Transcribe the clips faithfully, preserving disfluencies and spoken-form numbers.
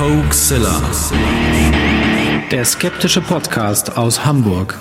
Hoaxilla, der skeptische Podcast aus Hamburg.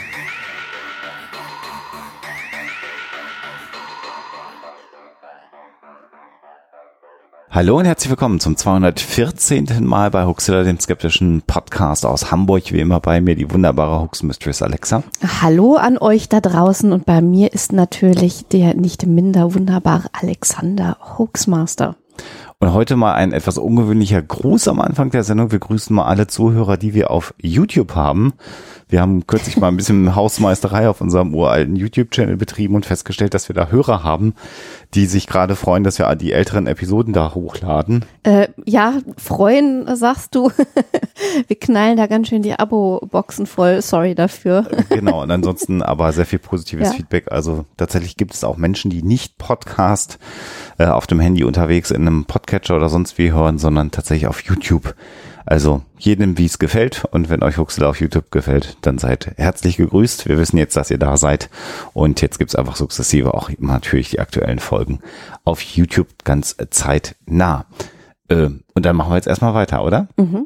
Hallo und herzlich willkommen zum zweihundertvierzehnten Mal bei Hoaxilla, dem skeptischen Podcast aus Hamburg. Wie immer bei mir die wunderbare Hoax-Mistress Alexa. Hallo an euch da draußen und bei mir ist natürlich der nicht minder wunderbare Alexander Hoaxmaster. Und heute mal ein etwas ungewöhnlicher Gruß am Anfang der Sendung. Wir grüßen mal alle Zuhörer, die wir auf YouTube haben. Wir haben kürzlich mal ein bisschen Hausmeisterei auf unserem uralten YouTube-Channel betrieben und festgestellt, dass wir da Hörer haben, die sich gerade freuen, dass wir die älteren Episoden da hochladen. Äh, ja, freuen, sagst du. Wir knallen da ganz schön die Abo-Boxen voll. Sorry dafür. Genau, und ansonsten aber sehr viel positives ja. Feedback. Also tatsächlich gibt es auch Menschen, die nicht Podcast äh, auf dem Handy unterwegs in einem Podcatcher oder sonst wie hören, sondern tatsächlich auf YouTube. Also jedem, wie es gefällt, und wenn euch Hoaxilla auf YouTube gefällt, dann seid herzlich gegrüßt. Wir wissen jetzt, dass ihr da seid, und jetzt gibt's einfach sukzessive auch natürlich die aktuellen Folgen auf YouTube ganz zeitnah. Äh, und dann machen wir jetzt erstmal weiter, oder? Mhm.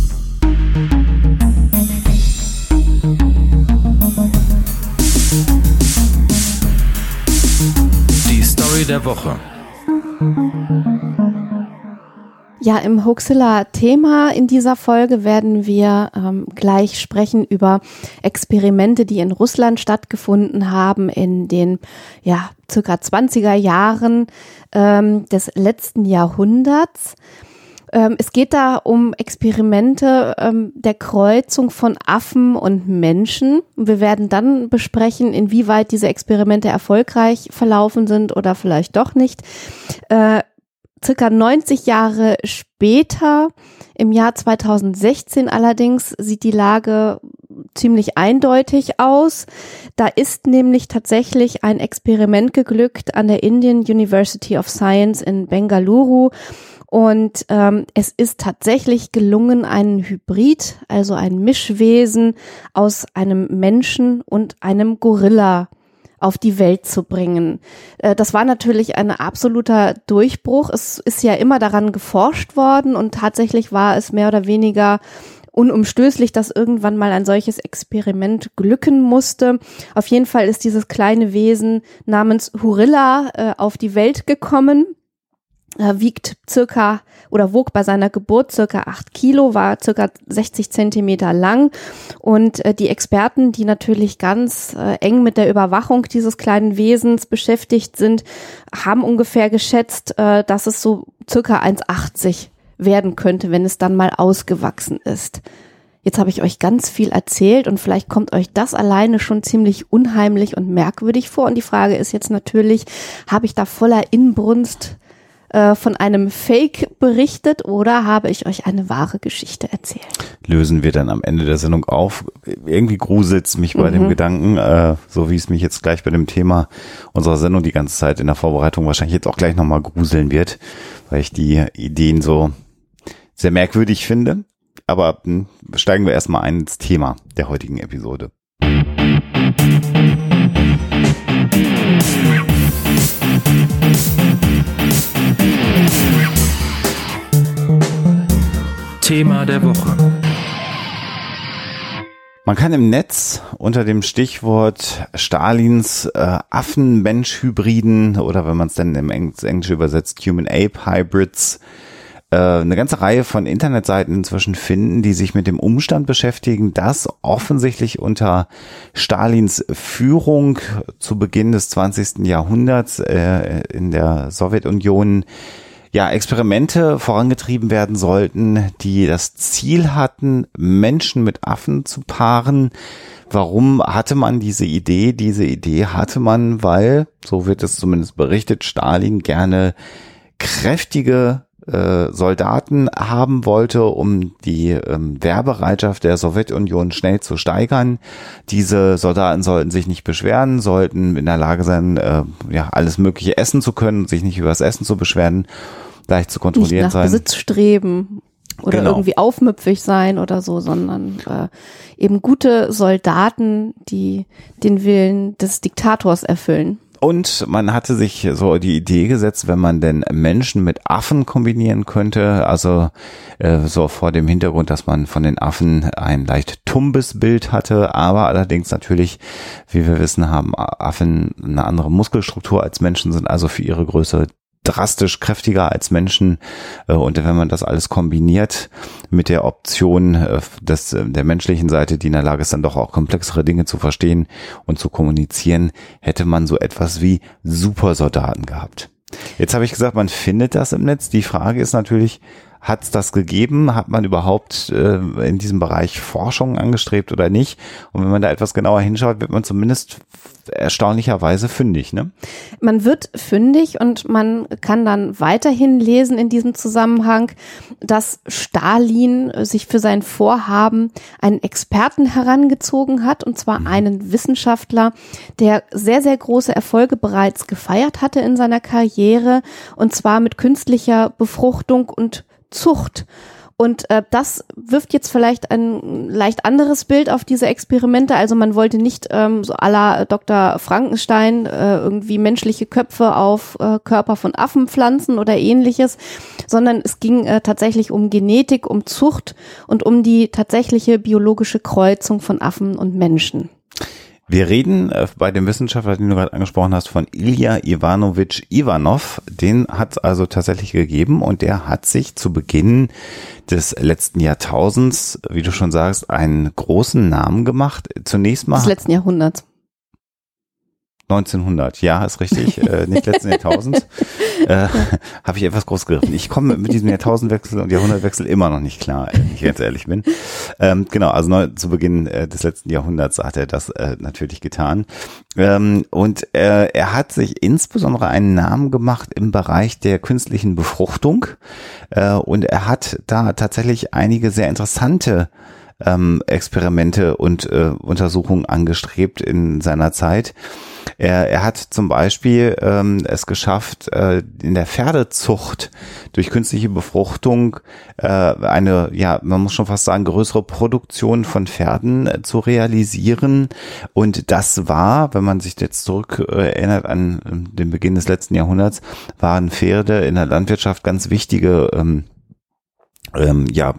Die Story der Woche. Ja, im Hoaxilla-Thema in dieser Folge werden wir ähm, gleich sprechen über Experimente, die in Russland stattgefunden haben in den ja circa zwanziger Jahren ähm, des letzten Jahrhunderts. Ähm, es geht da um Experimente ähm, der Kreuzung von Affen und Menschen. Wir werden dann besprechen, inwieweit diese Experimente erfolgreich verlaufen sind oder vielleicht doch nicht. Äh, Circa neunzig Jahre später, im Jahr zweitausendsechzehn allerdings, sieht die Lage ziemlich eindeutig aus. Da ist nämlich tatsächlich ein Experiment geglückt an der Indian University of Science in Bengaluru. Und ähm, es ist tatsächlich gelungen, einen Hybrid, also ein Mischwesen aus einem Menschen und einem Gorilla auf die Welt zu bringen. Das war natürlich ein absoluter Durchbruch. Es ist ja immer daran geforscht worden und tatsächlich war es mehr oder weniger unumstößlich, dass irgendwann mal ein solches Experiment glücken musste. Auf jeden Fall ist dieses kleine Wesen namens Hurilla äh, auf die Welt gekommen. Er wiegt circa oder wog bei seiner Geburt circa acht Kilo, war circa sechzig Zentimeter lang, und äh, die Experten, die natürlich ganz äh, eng mit der Überwachung dieses kleinen Wesens beschäftigt sind, haben ungefähr geschätzt, äh, dass es so circa eins Komma achtzig werden könnte, wenn es dann mal ausgewachsen ist. Jetzt habe ich euch ganz viel erzählt und vielleicht kommt euch das alleine schon ziemlich unheimlich und merkwürdig vor, und die Frage ist jetzt natürlich, habe ich da voller Inbrunst von einem Fake berichtet oder habe ich euch eine wahre Geschichte erzählt? Lösen wir dann am Ende der Sendung auf. Irgendwie gruselt's mich bei mhm. dem Gedanken, äh, so wie es mich jetzt gleich bei dem Thema unserer Sendung die ganze Zeit in der Vorbereitung wahrscheinlich jetzt auch gleich nochmal gruseln wird, weil ich die Ideen so sehr merkwürdig finde. Aber mh, steigen wir erstmal ein ins Thema der heutigen Episode. Thema der Woche. Man kann im Netz unter dem Stichwort Stalins äh, Affen-Mensch-Hybriden, oder wenn man es dann im Eng- Englisch übersetzt, Human-Ape-Hybrids, äh, eine ganze Reihe von Internetseiten inzwischen finden, die sich mit dem Umstand beschäftigen, dass offensichtlich unter Stalins Führung zu Beginn des zwanzigsten Jahrhunderts äh, in der Sowjetunion ja Experimente vorangetrieben werden sollten, die das Ziel hatten, Menschen mit Affen zu paaren. Warum hatte man diese Idee? Diese Idee hatte man, weil, so wird es zumindest berichtet, Stalin gerne kräftige äh, Soldaten haben wollte, um die ähm, Wehrbereitschaft der Sowjetunion schnell zu steigern. Diese Soldaten sollten sich nicht beschweren, sollten in der Lage sein, äh, ja alles Mögliche essen zu können, sich nicht über das Essen zu beschweren, leicht zu kontrollieren nicht nach sein. Besitz streben oder genau. irgendwie aufmüpfig sein oder so, sondern äh, eben gute Soldaten, die den Willen des Diktators erfüllen. und man hatte sich so die Idee gesetzt, wenn man denn Menschen mit Affen kombinieren könnte, also äh, so vor dem Hintergrund, dass man von den Affen ein leicht tumbes Bild hatte, aber allerdings natürlich, wie wir wissen, haben Affen eine andere Muskelstruktur als Menschen, sind also für ihre Größe drastisch kräftiger als Menschen, und wenn man das alles kombiniert mit der Option des, der menschlichen Seite, die in der Lage ist, dann doch auch komplexere Dinge zu verstehen und zu kommunizieren, hätte man so etwas wie Supersoldaten gehabt. Jetzt habe ich gesagt, man findet das im Netz. Die Frage ist natürlich, hat es das gegeben? Hat man überhaupt äh, in diesem Bereich Forschung angestrebt oder nicht? Und wenn man da etwas genauer hinschaut, wird man zumindest erstaunlicherweise fündig, ne? Man wird fündig und man kann dann weiterhin lesen in diesem Zusammenhang, dass Stalin sich für sein Vorhaben einen Experten herangezogen hat, und zwar einen Wissenschaftler, der sehr, sehr große Erfolge bereits gefeiert hatte in seiner Karriere, und zwar mit künstlicher Befruchtung und Zucht. Und äh, das wirft jetzt vielleicht ein leicht anderes Bild auf diese Experimente. Also man wollte nicht ähm, so à la Doktor Frankenstein äh, irgendwie menschliche Köpfe auf äh, Körper von Affen pflanzen oder ähnliches, sondern es ging äh, tatsächlich um Genetik, um Zucht und um die tatsächliche biologische Kreuzung von Affen und Menschen. Wir reden äh, bei dem Wissenschaftler, den du gerade angesprochen hast, von Ilja Iwanowitsch Iwanov. Den hat es also tatsächlich gegeben, und der hat sich zu Beginn des letzten Jahrtausends, wie du schon sagst, einen großen Namen gemacht. Zunächst mal des letzten Jahrhunderts. neunzehnhundert, ja, ist richtig, äh, nicht letzten Jahrtausend, äh, habe ich etwas groß gegriffen. Ich komme mit diesem Jahrtausendwechsel und Jahrhundertwechsel immer noch nicht klar, wenn ich ganz ehrlich bin. Ähm, genau, also neu, zu Beginn äh, des letzten Jahrhunderts hat er das äh, natürlich getan. Ähm, und äh, er hat sich insbesondere einen Namen gemacht im Bereich der künstlichen Befruchtung, äh, und er hat da tatsächlich einige sehr interessante ähm, Experimente und äh, Untersuchungen angestrebt in seiner Zeit. Er, er hat zum Beispiel ähm, es geschafft, äh, in der Pferdezucht durch künstliche Befruchtung äh, eine, ja, man muss schon fast sagen, größere Produktion von Pferden äh, zu realisieren. Und das war, wenn man sich jetzt zurück äh, erinnert an äh, den Beginn des letzten Jahrhunderts, waren Pferde in der Landwirtschaft ganz wichtige ähm, Ähm, ja,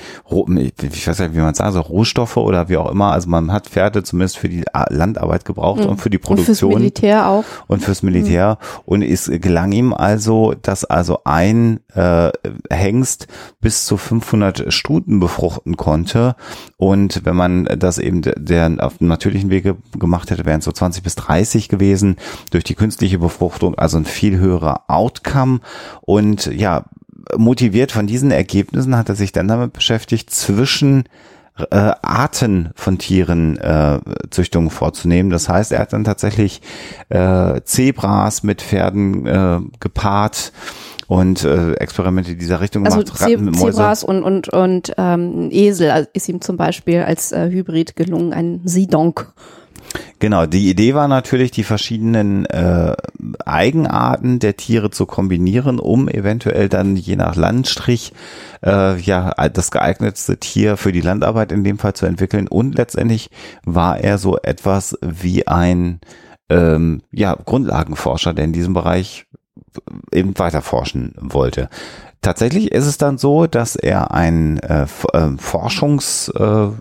ich weiß nicht, wie man es sagt, also Rohstoffe oder wie auch immer. Also man hat Pferde zumindest für die Landarbeit gebraucht mhm. und für die Produktion. Und fürs Militär auch. Und fürs Militär. Mhm. Und es gelang ihm also, dass also ein äh, Hengst bis zu fünfhundert Stuten befruchten konnte. Und wenn man das eben der auf dem natürlichen Wege gemacht hätte, wären es so zwanzig bis dreißig gewesen. Durch die künstliche Befruchtung also ein viel höherer Outcome. Und ja, motiviert von diesen Ergebnissen hat er sich dann damit beschäftigt, zwischen äh, Arten von Tieren äh, Züchtungen vorzunehmen. Das heißt, er hat dann tatsächlich äh, Zebras mit Pferden äh, gepaart und äh, Experimente dieser Richtung gemacht. Also Ze- Zebras und und und ähm, Esel ist ihm zum Beispiel als äh, Hybrid gelungen, ein Sidonk. Genau, die Idee war natürlich, die verschiedenen äh, Eigenarten der Tiere zu kombinieren, um eventuell dann je nach Landstrich äh, ja das geeignetste Tier für die Landarbeit in dem Fall zu entwickeln. Und letztendlich war er so etwas wie ein ähm, ja Grundlagenforscher, der in diesem Bereich eben weiter forschen wollte. Tatsächlich ist es dann so, dass er einen äh, Forschungsauftrag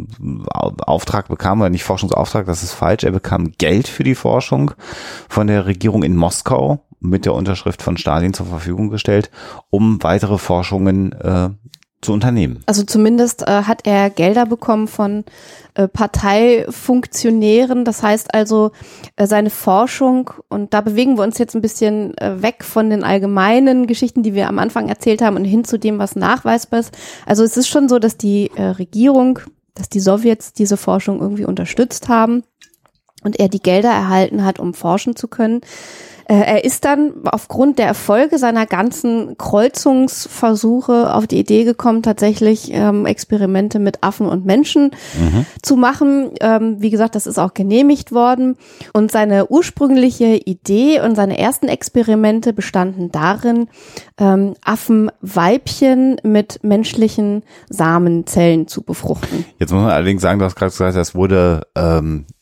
äh, bekam, oder nicht Forschungsauftrag, das ist falsch, er bekam Geld für die Forschung von der Regierung in Moskau mit der Unterschrift von Stalin zur Verfügung gestellt, um weitere Forschungen äh, zu unternehmen. Also zumindest äh, hat er Gelder bekommen von äh, Parteifunktionären. Das heißt also, äh, seine Forschung, und da bewegen wir uns jetzt ein bisschen äh, weg von den allgemeinen Geschichten, die wir am Anfang erzählt haben, und hin zu dem, was nachweisbar ist. Also es ist schon so, dass die äh, Regierung, dass die Sowjets diese Forschung irgendwie unterstützt haben und er die Gelder erhalten hat, um forschen zu können. Er ist dann aufgrund der Erfolge seiner ganzen Kreuzungsversuche auf die Idee gekommen, tatsächlich ähm, Experimente mit Affen und Menschen mhm. zu machen. Ähm, wie gesagt, das ist auch genehmigt worden. Und seine ursprüngliche Idee und seine ersten Experimente bestanden darin, ähm, Affenweibchen mit menschlichen Samenzellen zu befruchten. Jetzt muss man allerdings sagen, du hast gerade gesagt, das wurde ähm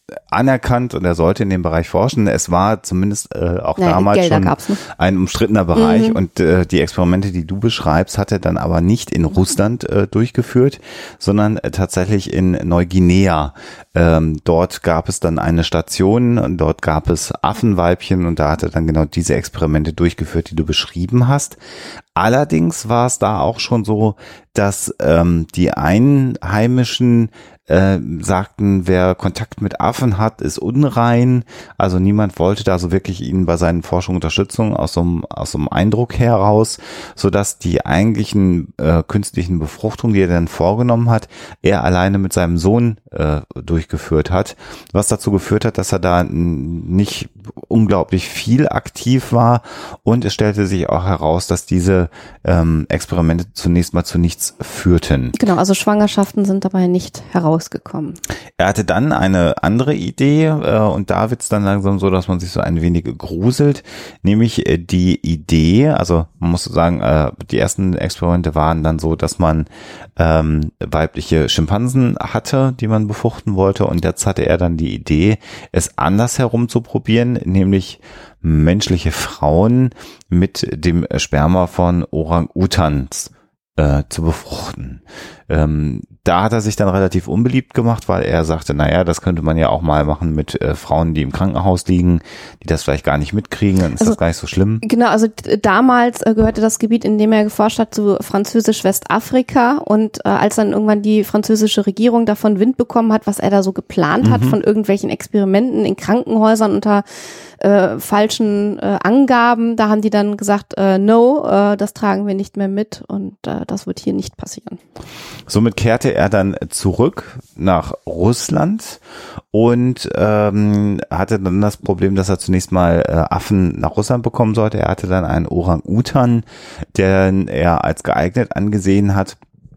anerkannt und er sollte in dem Bereich forschen. Es war zumindest äh, auch naja, damals Gelder schon gab's, ne? ein umstrittener Bereich mhm. und äh, die Experimente, die du beschreibst, hat er dann aber nicht in Russland äh, durchgeführt, sondern äh, tatsächlich in Neuguinea. Ähm, dort gab es dann eine Station und dort gab es Affenweibchen und da hat er dann genau diese Experimente durchgeführt, die du beschrieben hast. Allerdings war es da auch schon so, dass ähm, die Einheimischen äh, sagten, wer Kontakt mit Affen hat, ist unrein. Also niemand wollte da so wirklich ihnen bei seinen Forschungen Unterstützung aus so einem, aus so einem Eindruck heraus, sodass die eigentlichen äh, künstlichen Befruchtungen, die er dann vorgenommen hat, er alleine mit seinem Sohn äh, durchgeführt hat, was dazu geführt hat, dass er da nicht unglaublich viel aktiv war und es stellte sich auch heraus, dass diese ähm, Experimente zunächst mal zu nichts führten. Genau, also Schwangerschaften sind dabei nicht herausgekommen. Er hatte dann eine andere Idee äh, und da wird es dann langsam so, dass man sich so ein wenig gruselt, nämlich äh, die Idee, also man muss sagen, äh, die ersten Experimente waren dann so, dass man ähm, weibliche Schimpansen hatte, die man befruchten wollte und jetzt hatte er dann die Idee, es andersherum zu probieren, nämlich menschliche Frauen mit dem Sperma von Orang-Utans äh, zu befruchten. Ähm, da hat er sich dann relativ unbeliebt gemacht, weil er sagte, naja, das könnte man ja auch mal machen mit äh, Frauen, die im Krankenhaus liegen, die das vielleicht gar nicht mitkriegen, dann ist also, das gar nicht so schlimm. Genau, also damals äh, gehörte das Gebiet, in dem er geforscht hat, zu Französisch-Westafrika und äh, als dann irgendwann die französische Regierung davon Wind bekommen hat, was er da so geplant mhm. hat von irgendwelchen Experimenten in Krankenhäusern unter äh, falschen äh, Angaben, da haben die dann gesagt, äh, no, äh, das tragen wir nicht mehr mit und äh, das wird hier nicht passieren. Somit kehrte er dann zurück nach Russland und ähm, hatte dann das Problem, dass er zunächst mal äh, Affen nach Russland bekommen sollte. Er hatte dann einen Orang-Utan, den er als geeignet angesehen hat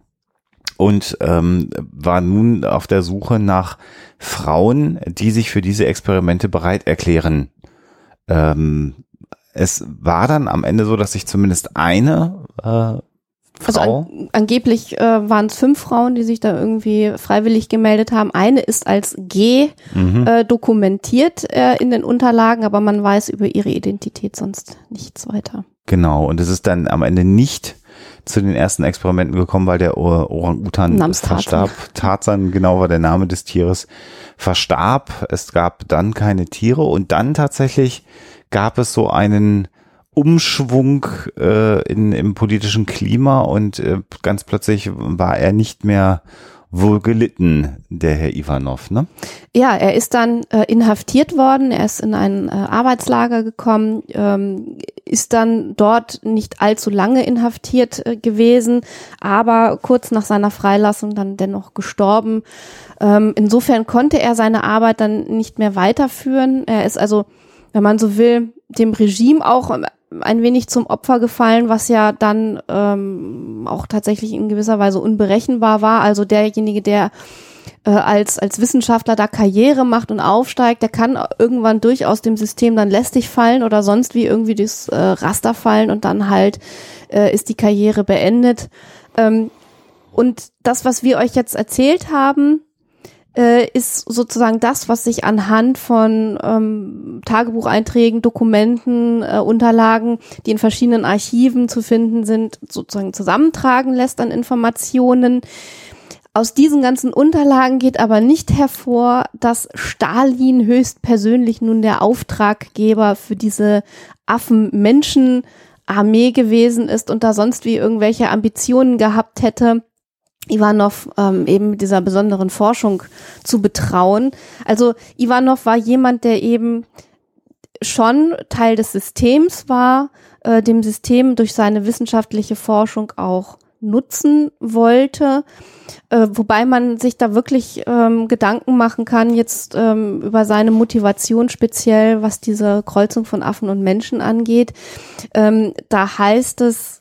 und ähm, war nun auf der Suche nach Frauen, die sich für diese Experimente bereit erklären. Ähm, es war dann am Ende so, dass sich zumindest eine äh, Also an, angeblich äh, waren es fünf Frauen, die sich da irgendwie freiwillig gemeldet haben. Eine ist als G mhm. äh, dokumentiert äh, in den Unterlagen, aber man weiß über ihre Identität sonst nichts weiter. Genau, und es ist dann am Ende nicht zu den ersten Experimenten gekommen, weil der Orang-Utan verstarb. Tarzan, genau war der Name des Tieres, verstarb. Es gab dann keine Tiere und dann tatsächlich gab es so einen Umschwung äh, in, im politischen Klima und äh, ganz plötzlich war er nicht mehr wohl gelitten, der Herr Ivanov, ne? Ja, er ist dann äh, inhaftiert worden, er ist in ein äh, Arbeitslager gekommen, ähm, ist dann dort nicht allzu lange inhaftiert äh, gewesen, aber kurz nach seiner Freilassung dann dennoch gestorben. Ähm, insofern konnte er seine Arbeit dann nicht mehr weiterführen. Er ist also, wenn man so will, dem Regime auch ein wenig zum Opfer gefallen, was ja dann ähm, auch tatsächlich in gewisser Weise unberechenbar war. Also derjenige, der äh, als als Wissenschaftler da Karriere macht und aufsteigt, der kann irgendwann durchaus dem System dann lästig fallen oder sonst wie irgendwie das äh, Raster fallen und dann halt äh, ist die Karriere beendet. Ähm, und das, was wir euch jetzt erzählt haben, äh, ist sozusagen das, was sich anhand von ähm, Tagebucheinträgen, Dokumenten, äh, Unterlagen, die in verschiedenen Archiven zu finden sind, sozusagen zusammentragen lässt an Informationen. Aus diesen ganzen Unterlagen geht aber nicht hervor, dass Stalin höchstpersönlich nun der Auftraggeber für diese Affen-Menschen-Armee gewesen ist und da sonst wie irgendwelche Ambitionen gehabt hätte, Ivanov ähm, eben mit dieser besonderen Forschung zu betrauen. Also Ivanov war jemand, der eben schon Teil des Systems war, äh, dem System durch seine wissenschaftliche Forschung auch nutzen wollte, äh, wobei man sich da wirklich ähm, Gedanken machen kann jetzt ähm, über seine Motivation speziell, was diese Kreuzung von Affen und Menschen angeht. Ähm, da heißt es,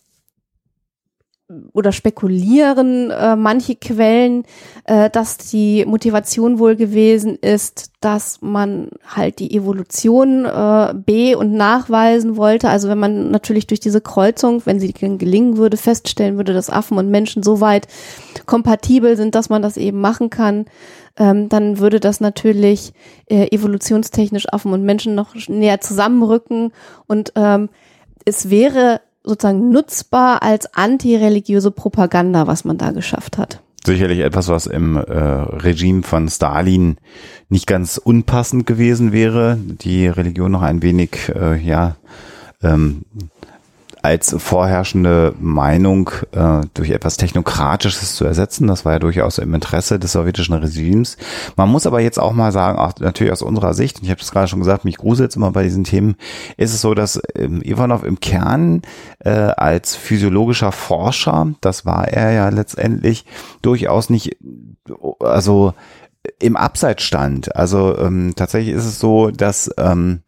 oder spekulieren äh, manche Quellen, äh, dass die Motivation wohl gewesen ist, dass man halt die Evolution äh, be- und nachweisen wollte. Also wenn man natürlich durch diese Kreuzung, wenn sie gelingen würde, feststellen würde, dass Affen und Menschen so weit kompatibel sind, dass man das eben machen kann, ähm, dann würde das natürlich äh, evolutionstechnisch Affen und Menschen noch näher zusammenrücken und ähm, es wäre sozusagen nutzbar als antireligiöse Propaganda, was man da geschafft hat. Sicherlich etwas, was im äh, Regime von Stalin nicht ganz unpassend gewesen wäre, die Religion noch ein wenig, äh, ja, ähm, als vorherrschende Meinung äh, durch etwas Technokratisches zu ersetzen. Das war ja durchaus im Interesse des sowjetischen Regimes. Man muss aber jetzt auch mal sagen, auch natürlich aus unserer Sicht, und ich habe das gerade schon gesagt, mich gruselt immer bei diesen Themen, ist es so, dass ähm, Ivanov im Kern äh, als physiologischer Forscher, das war er ja letztendlich, durchaus nicht, also im Abseits stand. Also ähm, tatsächlich ist es so, dass ähm,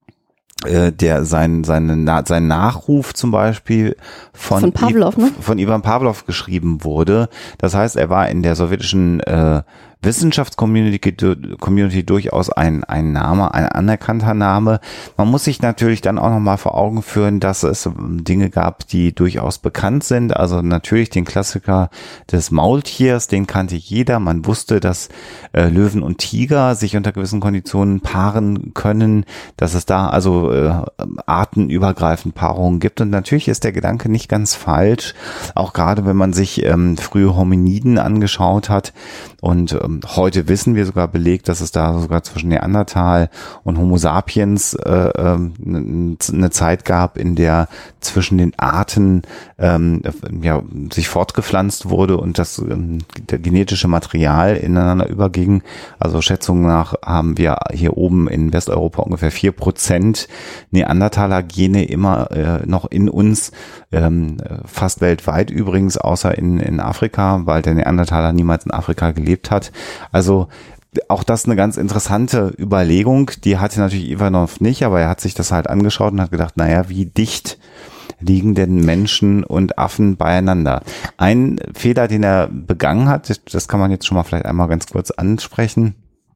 der sein seine sein Nachruf zum Beispiel von von Pawlow, ne? von Ivan Pawlow geschrieben wurde. Das heißt, er war in der sowjetischen äh, Wissenschaftscommunity Community durchaus ein ein Name, ein anerkannter Name. Man muss sich natürlich dann auch noch mal vor Augen führen, dass es Dinge gab, die durchaus bekannt sind. Also natürlich den Klassiker des Maultiers, den kannte jeder. Man wusste, dass äh, Löwen und Tiger sich unter gewissen Konditionen paaren können, dass es da also äh, artenübergreifend Paarungen gibt. Und natürlich ist der Gedanke nicht ganz falsch, auch gerade wenn man sich ähm, frühe Hominiden angeschaut hat. Und ähm, heute wissen wir sogar belegt, dass es da sogar zwischen Neandertal und Homo sapiens äh, äh, eine Zeit gab, in der zwischen den Arten ähm, ja, sich fortgepflanzt wurde und das ähm, der genetische Material ineinander überging. Also Schätzungen nach haben wir hier oben in Westeuropa ungefähr vier Prozent Neandertaler-Gene immer äh, noch in uns, ähm, fast weltweit übrigens, außer in, in Afrika, weil der Neandertaler niemals in Afrika gelebt hat. Also auch das eine ganz interessante Überlegung, die hatte natürlich Ivanov nicht, aber er hat sich das halt angeschaut und hat gedacht, naja, wie dicht liegen denn Menschen und Affen beieinander? Ein Fehler, den er begangen hat, das kann man jetzt schon mal vielleicht einmal ganz kurz ansprechen,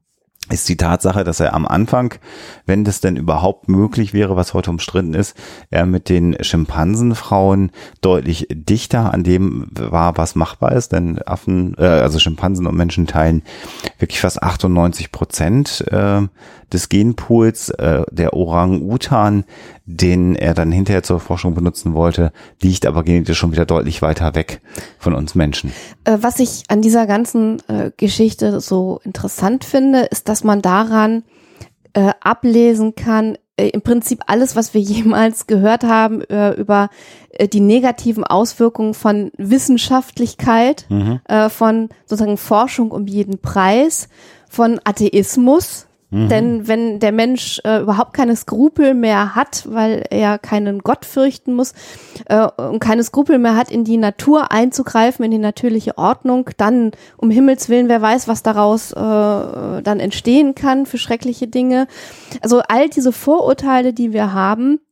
ist die Tatsache, dass er am Anfang, wenn das denn überhaupt möglich wäre, was heute umstritten ist, er mit den Schimpansenfrauen deutlich dichter an dem war, was machbar ist, denn Affen, äh, also Schimpansen und Menschen teilen wirklich fast achtundneunzig Prozent äh, des Genpools. Äh, der Orang-Utan, den er dann hinterher zur Forschung benutzen wollte, liegt aber genetisch schon wieder deutlich weiter weg von uns Menschen. Äh, was ich an dieser ganzen äh, Geschichte so interessant finde, ist, dass man daran äh, ablesen kann, äh, im Prinzip alles, was wir jemals gehört haben äh, über äh, die negativen Auswirkungen von Wissenschaftlichkeit, mhm. äh, von sozusagen Forschung um jeden Preis, von Atheismus. Mhm. Denn wenn der Mensch äh, überhaupt keine Skrupel mehr hat, weil er keinen Gott fürchten muss äh, und keine Skrupel mehr hat, in die Natur einzugreifen, in die natürliche Ordnung, dann um Himmels Willen, wer weiß, was daraus äh, dann entstehen kann für schreckliche Dinge. Also all diese Vorurteile, die wir haben,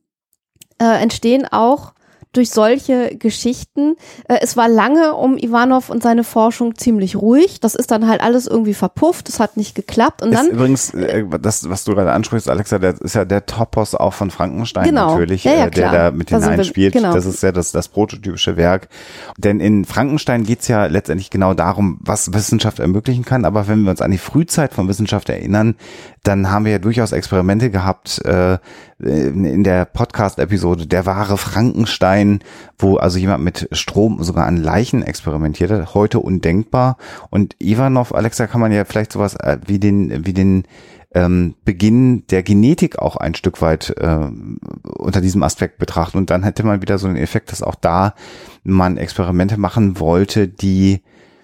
äh, entstehen auch durch solche Geschichten. Es war lange um Ivanov und seine Forschung ziemlich ruhig. Das ist dann halt alles irgendwie verpufft. Das hat nicht geklappt. Und ist dann übrigens, das, was du gerade ansprichst, Alexa, das ist ja der Topos auch von Frankenstein genau. natürlich, ja, ja, der da mit hineinspielt. Genau. Das ist ja das, das prototypische Werk. Denn in Frankenstein geht's ja letztendlich genau darum, was Wissenschaft ermöglichen kann. Aber wenn wir uns an die Frühzeit von Wissenschaft erinnern, dann haben wir ja durchaus Experimente gehabt äh, in der Podcast-Episode Der wahre Frankenstein, wo also jemand mit Strom sogar an Leichen experimentiert hat. Heute undenkbar. Und Ivanov, Alexa, kann man ja vielleicht sowas äh, wie den wie den ähm, Beginn der Genetik auch ein Stück weit äh, unter diesem Aspekt betrachten. Und dann hätte man wieder so einen Effekt, dass auch da man Experimente machen wollte, die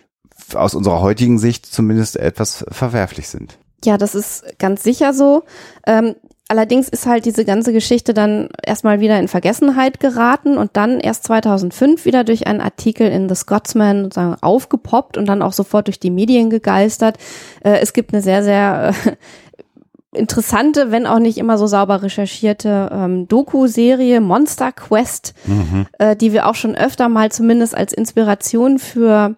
aus unserer heutigen Sicht zumindest etwas verwerflich sind. Ja, das ist ganz sicher so. Ähm, allerdings ist halt diese ganze Geschichte dann erstmal wieder in Vergessenheit geraten und dann erst zweitausendfünf wieder durch einen Artikel in The Scotsman sozusagen aufgepoppt und dann auch sofort durch die Medien gegeistert. Äh, es gibt eine sehr, sehr äh, interessante, wenn auch nicht immer so sauber recherchierte ähm, Doku-Serie Monster Quest, mhm. äh, die wir auch schon öfter mal zumindest als Inspiration für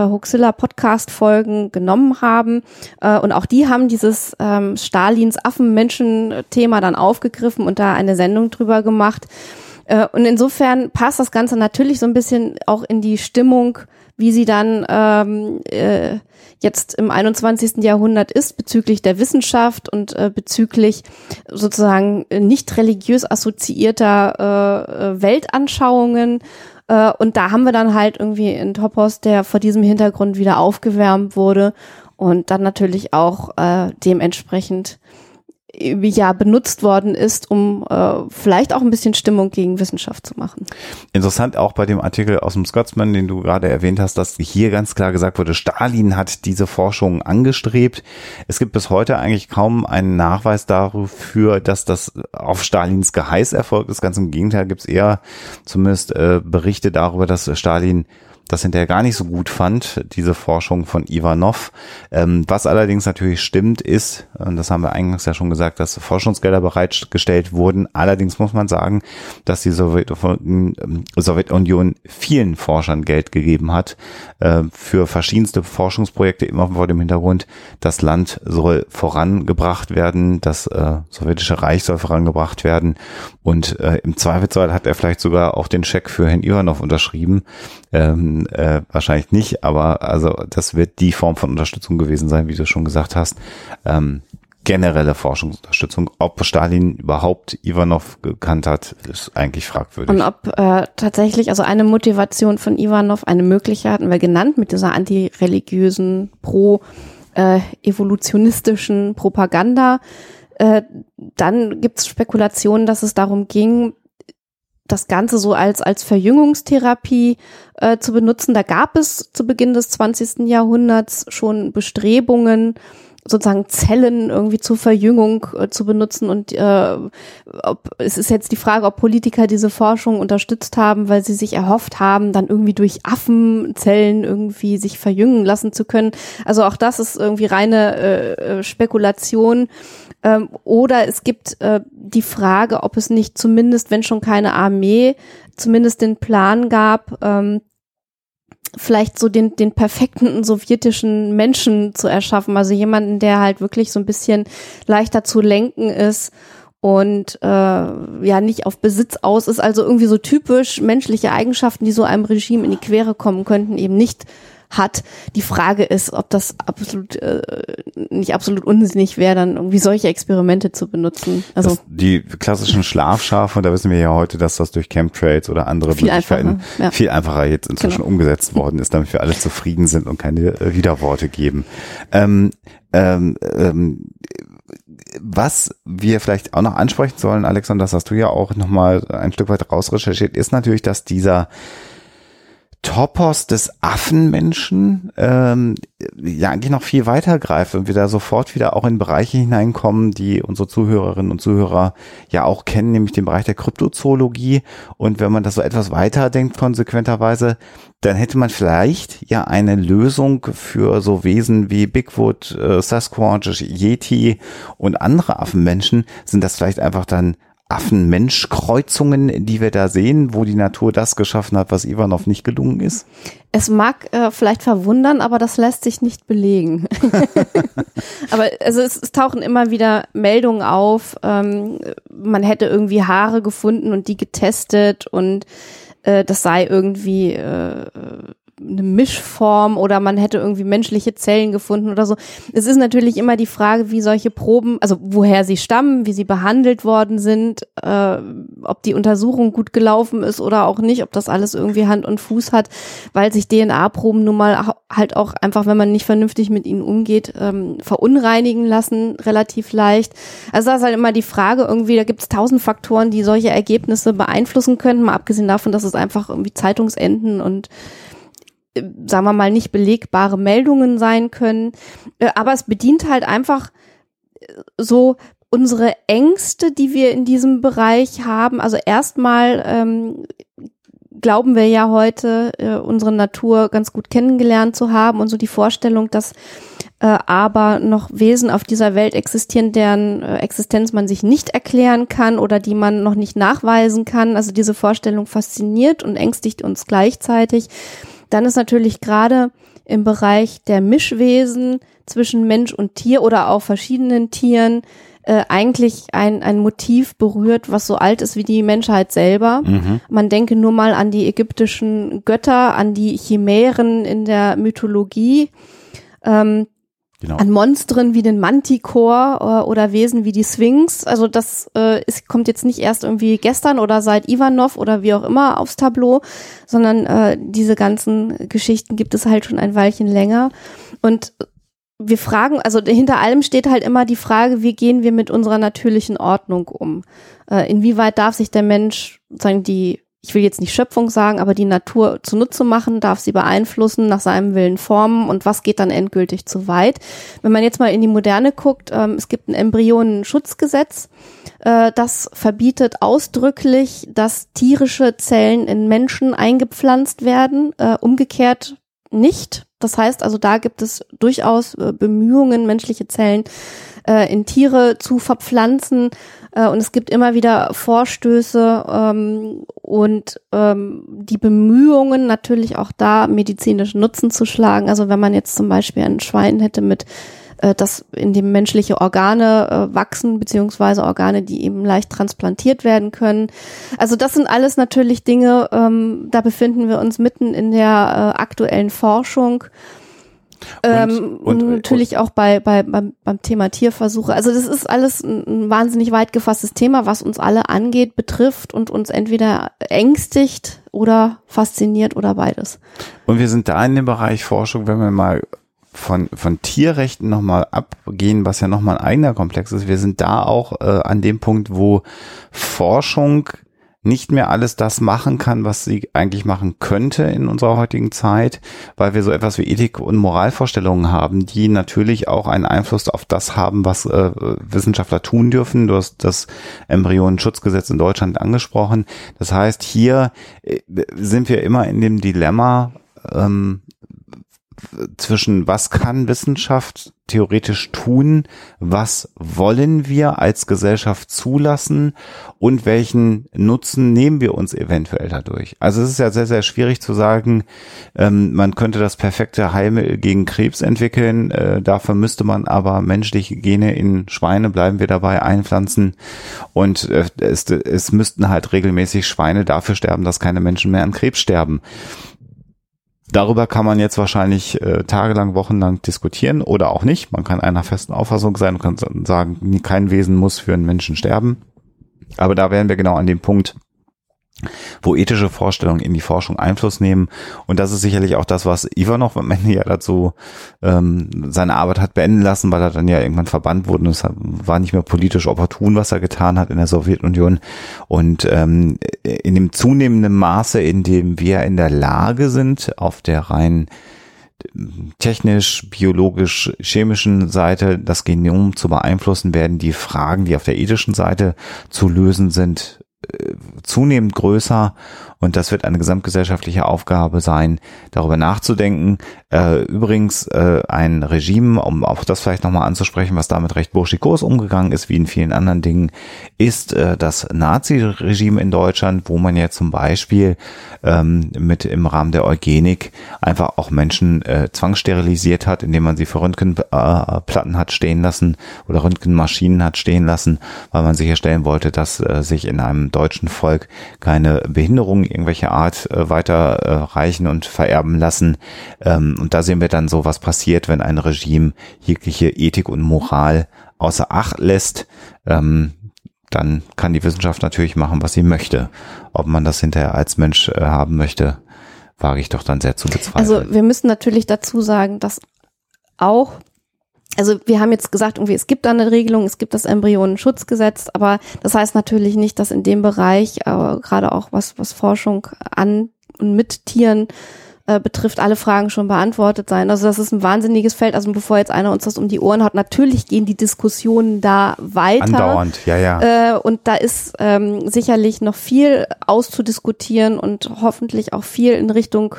Hoaxilla-Podcast-Folgen genommen haben. Äh, und auch die haben dieses ähm, Stalins Affen-Menschen-Thema dann aufgegriffen und da eine Sendung drüber gemacht. Äh, und insofern passt das Ganze natürlich so ein bisschen auch in die Stimmung, wie sie dann ähm, äh, jetzt im einundzwanzigsten Jahrhundert ist bezüglich der Wissenschaft und äh, bezüglich sozusagen nicht religiös assoziierter äh, Weltanschauungen. Äh, und da haben wir dann halt irgendwie einen Topos, der vor diesem Hintergrund wieder aufgewärmt wurde und dann natürlich auch äh, dementsprechend ja benutzt worden ist, um äh, vielleicht auch ein bisschen Stimmung gegen Wissenschaft zu machen. Interessant auch bei dem Artikel aus dem Scotsman, den du gerade erwähnt hast, dass hier ganz klar gesagt wurde, Stalin hat diese Forschung angestrebt. Es gibt bis heute eigentlich kaum einen Nachweis dafür, dass das auf Stalins Geheiß erfolgt ist. Ganz im Gegenteil, gibt es eher zumindest äh, Berichte darüber, dass Stalin das hinterher gar nicht so gut fand, diese Forschung von Ivanov. Ähm, was allerdings natürlich stimmt ist, und das haben wir eingangs ja schon gesagt, dass Forschungsgelder bereitgestellt wurden. Allerdings muss man sagen, dass die Sowjetunion, Sowjetunion vielen Forschern Geld gegeben hat äh, für verschiedenste Forschungsprojekte, immer vor dem Hintergrund, das Land soll vorangebracht werden, das äh, sowjetische Reich soll vorangebracht werden und äh, im Zweifelsfall hat er vielleicht sogar auch den Scheck für Herrn Ivanov unterschrieben. Ähm, Äh, wahrscheinlich nicht, aber also das wird die Form von Unterstützung gewesen sein, wie du schon gesagt hast. Ähm, generelle Forschungsunterstützung. Ob Stalin überhaupt Ivanov gekannt hat, ist eigentlich fragwürdig. Und ob äh, tatsächlich, also eine Motivation von Ivanov, eine mögliche hatten wir genannt mit dieser antireligiösen, pro-evolutionistischen äh, Propaganda. Äh, dann gibt es Spekulationen, dass es darum ging, das Ganze so als als Verjüngungstherapie äh, zu benutzen. Da gab es zu Beginn des zwanzigsten Jahrhunderts schon Bestrebungen, sozusagen Zellen irgendwie zur Verjüngung äh, zu benutzen. Und äh, ob, es ist jetzt die Frage, ob Politiker diese Forschung unterstützt haben, weil sie sich erhofft haben, dann irgendwie durch Affenzellen irgendwie sich verjüngen lassen zu können. Also auch das ist irgendwie reine äh, Spekulation. Ähm, oder es gibt äh, die Frage, ob es nicht zumindest, wenn schon keine Armee, zumindest den Plan gab, ähm, vielleicht so den den perfekten sowjetischen Menschen zu erschaffen, also jemanden, der halt wirklich so ein bisschen leichter zu lenken ist und äh, ja nicht auf Besitz aus ist, also irgendwie so typisch menschliche Eigenschaften, die so einem Regime in die Quere kommen könnten, eben nicht hat. Die Frage ist, ob das absolut äh, nicht absolut unsinnig wäre, dann irgendwie solche Experimente zu benutzen. Also das, die klassischen Schlafschafe, da wissen wir ja heute, dass das durch Chemtrails oder andere viel Möglichkeiten einfacher, ja. viel einfacher jetzt inzwischen genau. umgesetzt worden ist, damit wir alle zufrieden sind und keine äh, Widerworte geben. Ähm, ähm, ähm, was wir vielleicht auch noch ansprechen sollen, Alexander, das hast du ja auch nochmal ein Stück weit rausrecherchiert, ist natürlich, dass dieser Topos des Affenmenschen ähm, ja eigentlich noch viel weiter greift und wir da sofort wieder auch in Bereiche hineinkommen, die unsere Zuhörerinnen und Zuhörer ja auch kennen, nämlich den Bereich der Kryptozoologie. Und wenn man das so etwas weiter denkt, konsequenterweise, dann hätte man vielleicht ja eine Lösung für so Wesen wie Bigfoot, äh, Sasquatch, Yeti und andere Affenmenschen. Sind das vielleicht einfach dann Affen-Mensch-Kreuzungen, die wir da sehen, wo die Natur das geschaffen hat, was Ivanov nicht gelungen ist? Es mag äh, vielleicht verwundern, aber das lässt sich nicht belegen. Aber also es, es tauchen immer wieder Meldungen auf, ähm, man hätte irgendwie Haare gefunden und die getestet und äh, das sei irgendwie äh, eine Mischform oder man hätte irgendwie menschliche Zellen gefunden oder so. Es ist natürlich immer die Frage, wie solche Proben, also woher sie stammen, wie sie behandelt worden sind, äh, ob die Untersuchung gut gelaufen ist oder auch nicht, ob das alles irgendwie Hand und Fuß hat, weil sich D N A-Proben nun mal halt auch einfach, wenn man nicht vernünftig mit ihnen umgeht, ähm, verunreinigen lassen, relativ leicht. Also da ist halt immer die Frage irgendwie, da gibt es tausend Faktoren, die solche Ergebnisse beeinflussen könnten, mal abgesehen davon, dass es einfach irgendwie Zeitungsenden und sagen wir mal, nicht belegbare Meldungen sein können. Aber es bedient halt einfach so unsere Ängste, die wir in diesem Bereich haben. Also erstmal ähm, glauben wir ja heute, äh, unsere Natur ganz gut kennengelernt zu haben und so die Vorstellung, dass äh, aber noch Wesen auf dieser Welt existieren, deren äh, Existenz man sich nicht erklären kann oder die man noch nicht nachweisen kann. Also diese Vorstellung fasziniert und ängstigt uns gleichzeitig. Dann ist natürlich gerade im Bereich der Mischwesen zwischen Mensch und Tier oder auch verschiedenen Tieren äh, eigentlich ein, ein Motiv berührt, was so alt ist wie die Menschheit selber. Mhm. Man denke nur mal an die ägyptischen Götter, an die Chimären in der Mythologie, ähm, genau. an Monstren wie den Manticore äh, oder Wesen wie die Sphinx. Also das äh, ist, kommt jetzt nicht erst irgendwie gestern oder seit Ivanov oder wie auch immer aufs Tableau, sondern äh, diese ganzen Geschichten gibt es halt schon ein Weilchen länger. Und wir fragen, also hinter allem steht halt immer die Frage, wie gehen wir mit unserer natürlichen Ordnung um? Äh, inwieweit darf sich der Mensch, sagen die, ich will jetzt nicht Schöpfung sagen, aber die Natur zunutze machen, darf sie beeinflussen, nach seinem Willen formen und was geht dann endgültig zu weit? Wenn man jetzt mal in die Moderne guckt, ähm, es gibt ein Embryonenschutzgesetz, äh, das verbietet ausdrücklich, dass tierische Zellen in Menschen eingepflanzt werden, äh, umgekehrt nicht. Das heißt also, da gibt es durchaus äh, Bemühungen, menschliche Zellen äh, in Tiere zu verpflanzen. Äh, und es gibt immer wieder Vorstöße ähm, und ähm, die Bemühungen, natürlich auch da medizinischen Nutzen zu schlagen. Also wenn man jetzt zum Beispiel ein Schwein hätte mit äh, das in dem menschliche Organe äh, wachsen, beziehungsweise Organe, die eben leicht transplantiert werden können. Also das sind alles natürlich Dinge, ähm, da befinden wir uns mitten in der äh, aktuellen Forschung. Ähm, und, und natürlich und, auch bei, bei beim, beim Thema Tierversuche. Also das ist alles ein, ein wahnsinnig weit gefasstes Thema, was uns alle angeht, betrifft und uns entweder ängstigt oder fasziniert oder beides. Und wir sind da in dem Bereich Forschung, wenn wir mal von von Tierrechten nochmal abgehen, was ja nochmal ein eigener Komplex ist. Wir sind da auch äh, an dem Punkt, wo Forschung nicht mehr alles das machen kann, was sie eigentlich machen könnte in unserer heutigen Zeit, weil wir so etwas wie Ethik- und Moralvorstellungen haben, die natürlich auch einen Einfluss auf das haben, was äh, Wissenschaftler tun dürfen. Du hast das Embryonenschutzgesetz in Deutschland angesprochen. Das heißt, hier äh, sind wir immer in dem Dilemma, ähm, zwischen was kann Wissenschaft theoretisch tun, was wollen wir als Gesellschaft zulassen und welchen Nutzen nehmen wir uns eventuell dadurch. Also es ist ja sehr, sehr schwierig zu sagen, ähm, man könnte das perfekte Heilmittel gegen Krebs entwickeln, äh, dafür müsste man aber menschliche Gene in Schweine, bleiben wir dabei, einpflanzen und äh, es, es müssten halt regelmäßig Schweine dafür sterben, dass keine Menschen mehr an Krebs sterben. Darüber kann man jetzt wahrscheinlich äh, tagelang, wochenlang diskutieren oder auch nicht. Man kann einer festen Auffassung sein und kann sagen, kein Wesen muss für einen Menschen sterben. Aber da wären wir genau an dem Punkt, wo ethische Vorstellungen in die Forschung Einfluss nehmen. Und das ist sicherlich auch das, was Ivanov am Ende ja dazu ähm, seine Arbeit hat beenden lassen, weil er dann ja irgendwann verbannt wurde und es war nicht mehr politisch opportun, was er getan hat in der Sowjetunion. Und ähm, in dem zunehmenden Maße, in dem wir in der Lage sind, auf der rein technisch, biologisch, chemischen Seite das Genom zu beeinflussen, werden die Fragen, die auf der ethischen Seite zu lösen sind, zunehmend größer und das wird eine gesamtgesellschaftliche Aufgabe sein, darüber nachzudenken. Äh, übrigens äh, ein Regime, um auch das vielleicht nochmal anzusprechen, was damit recht burschikos umgegangen ist, wie in vielen anderen Dingen, ist äh, das Nazi-Regime in Deutschland, wo man ja zum Beispiel ähm, mit im Rahmen der Eugenik einfach auch Menschen äh, zwangssterilisiert hat, indem man sie für Röntgenplatten äh, hat stehen lassen oder Röntgenmaschinen hat stehen lassen, weil man sicherstellen wollte, dass äh, sich in einem deutschen Volk keine Behinderungen irgendwelcher Art äh, weiterreichen äh, und vererben lassen. Ähm, und da sehen wir dann so, was passiert, wenn ein Regime jegliche Ethik und Moral außer Acht lässt. Ähm, dann kann die Wissenschaft natürlich machen, was sie möchte. Ob man das hinterher als Mensch äh, haben möchte, wage ich doch dann sehr zu bezweifeln. Also wir müssen natürlich dazu sagen, dass auch Also wir haben jetzt gesagt, irgendwie es gibt da eine Regelung, es gibt das Embryonenschutzgesetz, aber das heißt natürlich nicht, dass in dem Bereich, äh, gerade auch was was Forschung an und mit Tieren äh, betrifft, alle Fragen schon beantwortet sein. Also das ist ein wahnsinniges Feld. Also bevor jetzt einer uns das um die Ohren haut, natürlich gehen die Diskussionen da weiter. Andauernd, ja, ja. Äh, und da ist ähm, sicherlich noch viel auszudiskutieren und hoffentlich auch viel in Richtung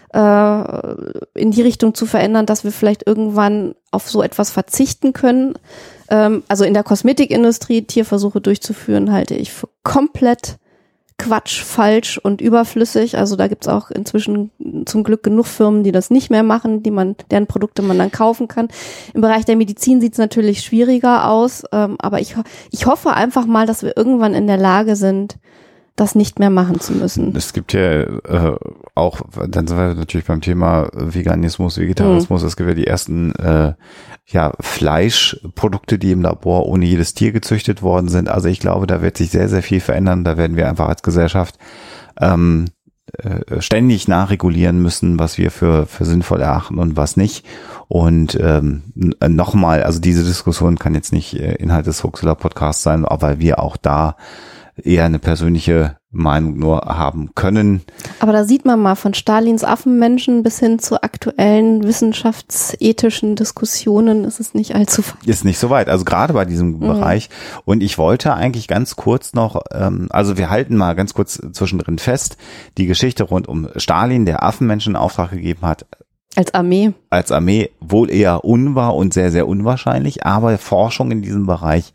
in die Richtung zu verändern, dass wir vielleicht irgendwann auf so etwas verzichten können. Also in der Kosmetikindustrie Tierversuche durchzuführen, halte ich für komplett Quatsch, falsch und überflüssig. Also da gibt's auch inzwischen zum Glück genug Firmen, die das nicht mehr machen, die man, deren Produkte man dann kaufen kann. Im Bereich der Medizin sieht's natürlich schwieriger aus, ähm, aber ich, ich hoffe einfach mal, dass wir irgendwann in der Lage sind, das nicht mehr machen zu müssen. Es gibt ja äh, auch, dann sind wir natürlich beim Thema Veganismus, Vegetarismus, mhm. es gibt ja die ersten äh, ja, Fleischprodukte, die im Labor ohne jedes Tier gezüchtet worden sind. Also ich glaube, da wird sich sehr, sehr viel verändern. Da werden wir einfach als Gesellschaft ähm, äh, ständig nachregulieren müssen, was wir für, für sinnvoll erachten und was nicht. Und ähm, nochmal, also diese Diskussion kann jetzt nicht äh, Inhalt des Huxilla-Podcasts sein, aber weil wir auch da eher eine persönliche Meinung nur haben können. Aber da sieht man mal von Stalins Affenmenschen bis hin zu aktuellen wissenschaftsethischen Diskussionen ist es nicht allzu weit. Ist nicht so weit, also gerade bei diesem mhm. Bereich. Und ich wollte eigentlich ganz kurz noch, ähm, also wir halten mal ganz kurz zwischendrin fest, die Geschichte rund um Stalin, der Affenmenschen in Auftrag gegeben hat, Als Armee. Als Armee wohl eher unwahr und sehr, sehr unwahrscheinlich, aber Forschung in diesem Bereich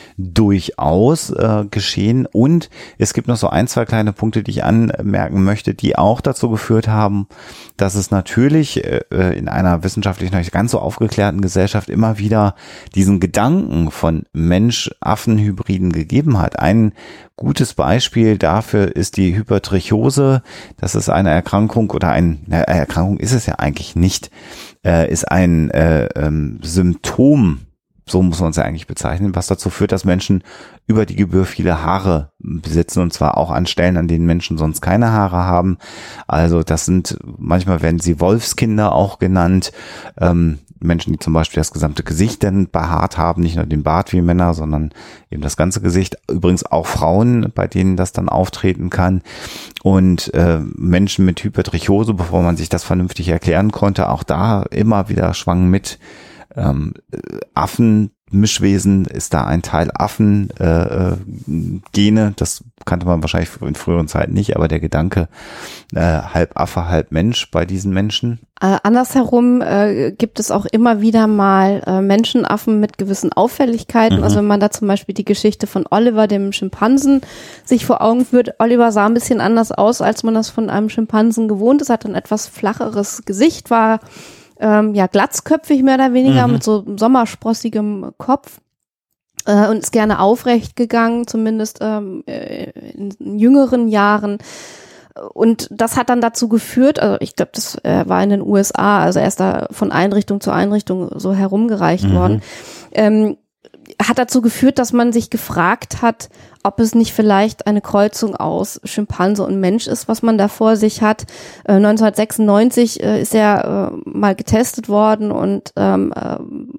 durchaus äh, geschehen. Und es gibt noch so ein, zwei kleine Punkte, die ich anmerken möchte, die auch dazu geführt haben, dass es natürlich äh, in einer wissenschaftlich noch nicht ganz so aufgeklärten Gesellschaft immer wieder diesen Gedanken von Mensch-Affen-Hybriden gegeben hat. Ein gutes Beispiel dafür ist die Hypertrichose. Das ist eine Erkrankung oder ein, eine Erkrankung ist es ja eigentlich nicht, äh, ist ein äh, ähm, Symptom, so muss man es ja eigentlich bezeichnen, was dazu führt, dass Menschen über die Gebühr viele Haare besitzen, und zwar auch an Stellen, an denen Menschen sonst keine Haare haben. Also das sind, manchmal werden sie Wolfskinder auch genannt, ähm, Menschen, die zum Beispiel das gesamte Gesicht dann behaart haben, nicht nur den Bart wie Männer, sondern eben das ganze Gesicht. Übrigens auch Frauen, bei denen das dann auftreten kann. Und äh, Menschen mit Hypertrichose, bevor man sich das vernünftig erklären konnte, auch da immer wieder schwang mit ähm, Affen. Mischwesen ist da ein Teil Affen äh, Gene, das kannte man wahrscheinlich in früheren Zeiten nicht, aber der Gedanke äh, halb Affe, halb Mensch bei diesen Menschen. Äh, andersherum äh, gibt es auch immer wieder mal äh, Menschenaffen mit gewissen Auffälligkeiten. Mhm. Also wenn man da zum Beispiel die Geschichte von Oliver, dem Schimpansen, sich vor Augen führt. Oliver sah ein bisschen anders aus, als man das von einem Schimpansen gewohnt ist, hat ein etwas flacheres Gesicht, war Ähm, ja, glatzköpfig mehr oder weniger, mhm. mit so sommersprossigem Kopf äh, und ist gerne aufrecht gegangen, zumindest ähm, in, in jüngeren Jahren. Und das hat dann dazu geführt, also ich glaube, das äh, war in den U S A, also er ist da von Einrichtung zu Einrichtung so herumgereicht mhm. worden, ähm, hat dazu geführt, dass man sich gefragt hat, ob es nicht vielleicht eine Kreuzung aus Schimpanse und Mensch ist, was man da vor sich hat. Äh, neunzehnhundertsechsundneunzig äh, ist er äh, mal getestet worden und ähm, äh,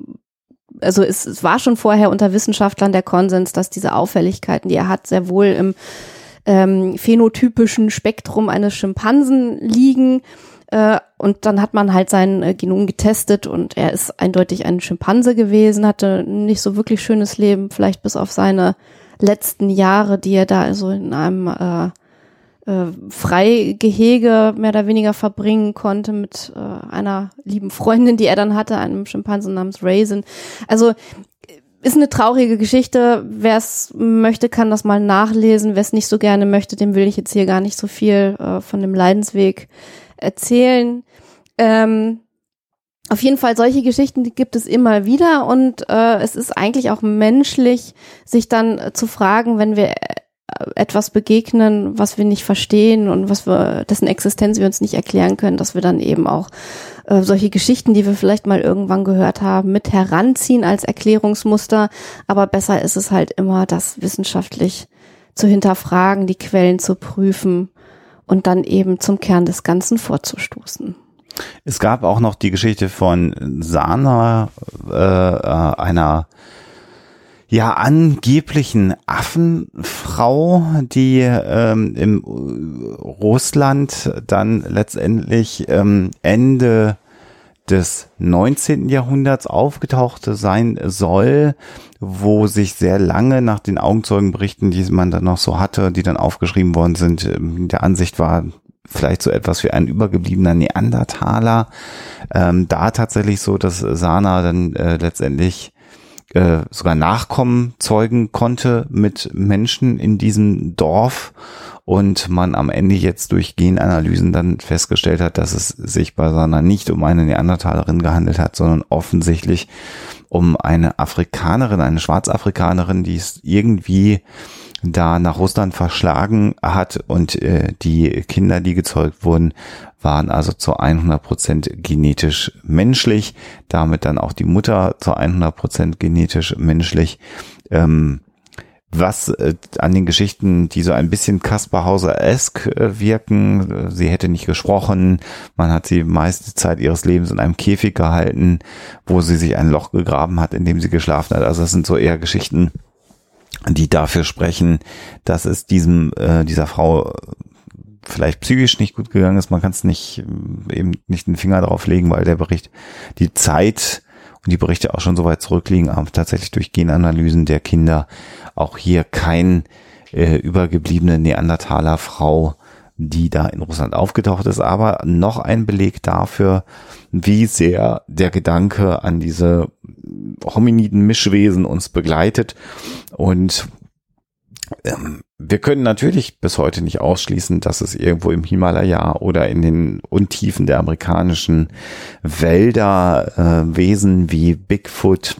also es, es war schon vorher unter Wissenschaftlern der Konsens, dass diese Auffälligkeiten, die er hat, sehr wohl im ähm, phänotypischen Spektrum eines Schimpansen liegen. Äh, und dann hat man halt sein äh, Genom getestet und er ist eindeutig ein Schimpanse gewesen, hatte nicht so wirklich schönes Leben, vielleicht bis auf seine letzten Jahre, die er da also in einem äh, äh, Freigehege mehr oder weniger verbringen konnte mit äh, einer lieben Freundin, die er dann hatte, einem Schimpansen namens Raisin. Also ist eine traurige Geschichte. Wer es möchte, kann das mal nachlesen. Wer es nicht so gerne möchte, dem will ich jetzt hier gar nicht so viel äh, von dem Leidensweg erzählen. Ähm, auf jeden Fall, solche Geschichten, die gibt es immer wieder und äh, es ist eigentlich auch menschlich, sich dann äh, zu fragen, wenn wir äh, etwas begegnen, was wir nicht verstehen und was wir, dessen Existenz wir uns nicht erklären können, dass wir dann eben auch äh, solche Geschichten, die wir vielleicht mal irgendwann gehört haben, mit heranziehen als Erklärungsmuster. Aber besser ist es halt immer, das wissenschaftlich zu hinterfragen, die Quellen zu prüfen und dann eben zum Kern des Ganzen vorzustoßen. Es gab auch noch die Geschichte von Sana, äh, einer ja angeblichen Affenfrau, die ähm, im Russland dann letztendlich ähm, Ende des neunzehnten Jahrhunderts aufgetaucht sein soll, wo sich sehr lange nach den Augenzeugenberichten, die man dann noch so hatte, die dann aufgeschrieben worden sind, der Ansicht war, vielleicht so etwas wie ein übergebliebener Neandertaler. Ähm, da tatsächlich so, dass Sana dann äh, letztendlich äh, sogar Nachkommen zeugen konnte mit Menschen in diesem Dorf und man am Ende jetzt durch Genanalysen dann festgestellt hat, dass es sich bei Sana nicht um eine Neandertalerin gehandelt hat, sondern offensichtlich um eine Afrikanerin, eine Schwarzafrikanerin, die es irgendwie da nach Russland verschlagen hat, und äh, die Kinder, die gezeugt wurden, waren also zu hundert Prozent genetisch menschlich, damit dann auch die Mutter zu hundert Prozent genetisch menschlich. Ähm, was äh, an den Geschichten, die so ein bisschen Kaspar Hauser-esk äh, wirken, sie hätte nicht gesprochen, man hat sie meiste Zeit ihres Lebens in einem Käfig gehalten, wo sie sich ein Loch gegraben hat, in dem sie geschlafen hat. Also das sind so eher Geschichten, die dafür sprechen, dass es diesem äh, dieser Frau vielleicht psychisch nicht gut gegangen ist. Man kann es nicht eben nicht den Finger drauf legen, weil der Bericht, die Zeit und die Berichte auch schon so weit zurückliegen, aber tatsächlich durch Genanalysen der Kinder auch hier kein äh, übergebliebene Neandertaler Frau, die da in Russland aufgetaucht ist, aber noch ein Beleg dafür, wie sehr der Gedanke an diese Hominiden-Mischwesen uns begleitet. Und ähm, wir können natürlich bis heute nicht ausschließen, dass es irgendwo im Himalaya oder in den Untiefen der amerikanischen Wälder äh, Wesen wie Bigfoot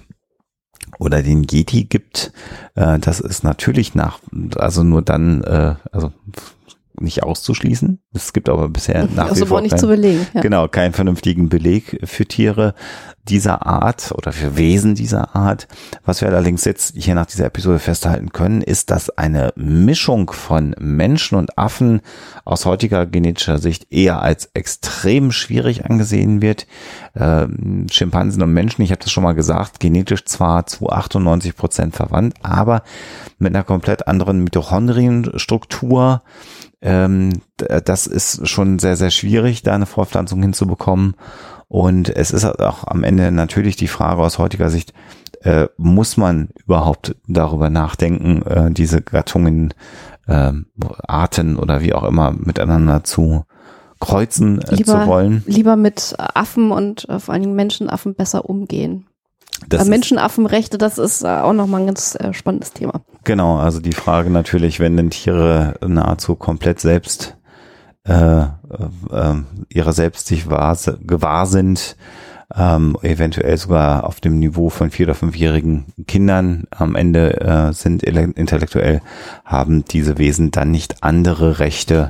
oder den Yeti gibt. Äh, das ist natürlich nach, also nur dann, äh, also nicht auszuschließen. Es gibt aber bisher nach also wie vor nicht kein, zu belegen, ja. Genau, keinen vernünftigen Beleg für Tiere dieser Art oder für Wesen dieser Art. Was wir allerdings jetzt hier nach dieser Episode festhalten können, ist, dass eine Mischung von Menschen und Affen aus heutiger genetischer Sicht eher als extrem schwierig angesehen wird. Ähm, Schimpansen und Menschen, ich habe das schon mal gesagt, genetisch zwar zu achtundneunzig Prozent verwandt, aber mit einer komplett anderen Mitochondrienstruktur. Ähm, das ist schon sehr, sehr schwierig, da eine Fortpflanzung hinzubekommen. Und es ist auch am Ende natürlich die Frage aus heutiger Sicht, äh, muss man überhaupt darüber nachdenken, äh, diese Gattungen, äh, Arten oder wie auch immer miteinander zu kreuzen äh, lieber, zu wollen? Lieber mit Affen und äh, vor allen Dingen Menschenaffen besser umgehen. Das Menschenaffenrechte, das ist äh, auch nochmal ein ganz äh, spannendes Thema. Genau, also die Frage natürlich, wenn denn Tiere nahezu komplett selbst äh, äh, ihrer selbst sich wahr, gewahr sind, ähm, eventuell sogar auf dem Niveau von vier- oder fünfjährigen Kindern am Ende äh, sind intellektuell, haben diese Wesen dann nicht andere Rechte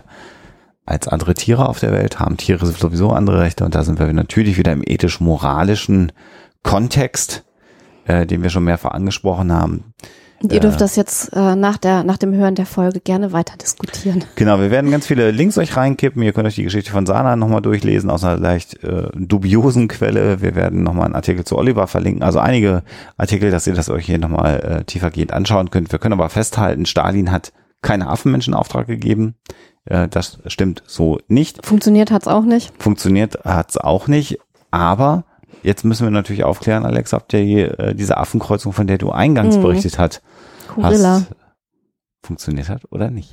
als andere Tiere auf der Welt, haben Tiere sowieso andere Rechte, und da sind wir natürlich wieder im ethisch-moralischen Kontext, äh, den wir schon mehrfach angesprochen haben. Und ihr dürft das jetzt äh, nach der nach dem Hören der Folge gerne weiter diskutieren. Genau, wir werden ganz viele Links euch reinkippen. Ihr könnt euch die Geschichte von Sana nochmal durchlesen, aus einer leicht äh, dubiosen Quelle. Wir werden nochmal einen Artikel zu Oliver verlinken. Also einige Artikel, dass ihr das euch hier nochmal äh, tiefergehend anschauen könnt. Wir können aber festhalten, Stalin hat keine Affenmenschen in Auftrag gegeben. Äh, das stimmt so nicht. Funktioniert hat's auch nicht. Funktioniert hat's auch nicht, aber jetzt müssen wir natürlich aufklären, Alex, ob der, äh, diese Affenkreuzung, von der du eingangs mhm. berichtet hast, Gorilla. hast, funktioniert hat oder nicht.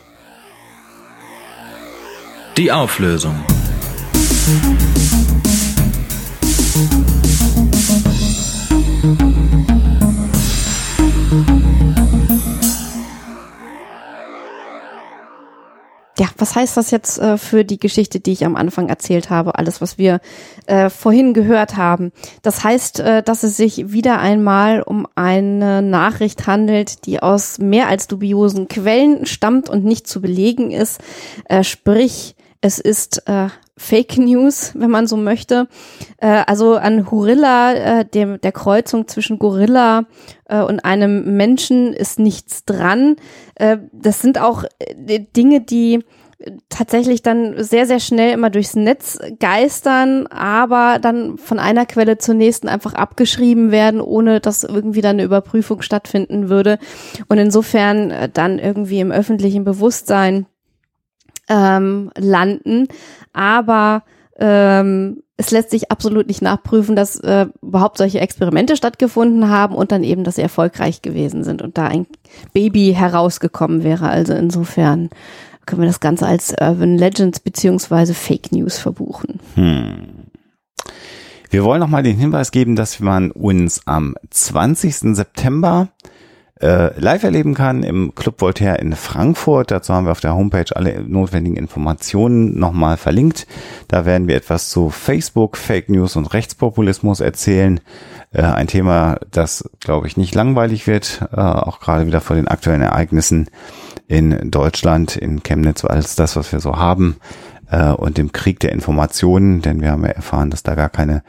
Die Auflösung. Ja, was heißt das jetzt äh, für die Geschichte, die ich am Anfang erzählt habe, alles, was wir äh, vorhin gehört haben? Das heißt, äh, dass es sich wieder einmal um eine Nachricht handelt, die aus mehr als dubiosen Quellen stammt und nicht zu belegen ist. Äh, sprich, es ist äh, Fake News, wenn man so möchte. Äh, also an Hurilla, äh, dem, der Kreuzung zwischen Gorilla äh, und einem Menschen ist nichts dran. Äh, das sind auch äh, Dinge, die tatsächlich dann sehr, sehr schnell immer durchs Netz geistern, aber dann von einer Quelle zur nächsten einfach abgeschrieben werden, ohne dass irgendwie dann eine Überprüfung stattfinden würde. Und insofern äh, dann irgendwie im öffentlichen Bewusstsein ähm, landen. Aber ähm, es lässt sich absolut nicht nachprüfen, dass äh, überhaupt solche Experimente stattgefunden haben und dann eben, dass sie erfolgreich gewesen sind und da ein Baby herausgekommen wäre. Also insofern können wir das Ganze als Urban Legends beziehungsweise Fake News verbuchen. Hm. Wir wollen noch mal den Hinweis geben, dass man uns am zwanzigsten September äh, live erleben kann im Club Voltaire in Frankfurt. Dazu haben wir auf der Homepage alle notwendigen Informationen nochmal verlinkt. Da werden wir etwas zu Facebook, Fake News und Rechtspopulismus erzählen. Äh, ein Thema, das, glaube ich, nicht langweilig wird, äh, auch gerade wieder vor den aktuellen Ereignissen in Deutschland, in Chemnitz, als das, was wir so haben, äh, und dem Krieg der Informationen, denn wir haben ja erfahren, dass da gar keine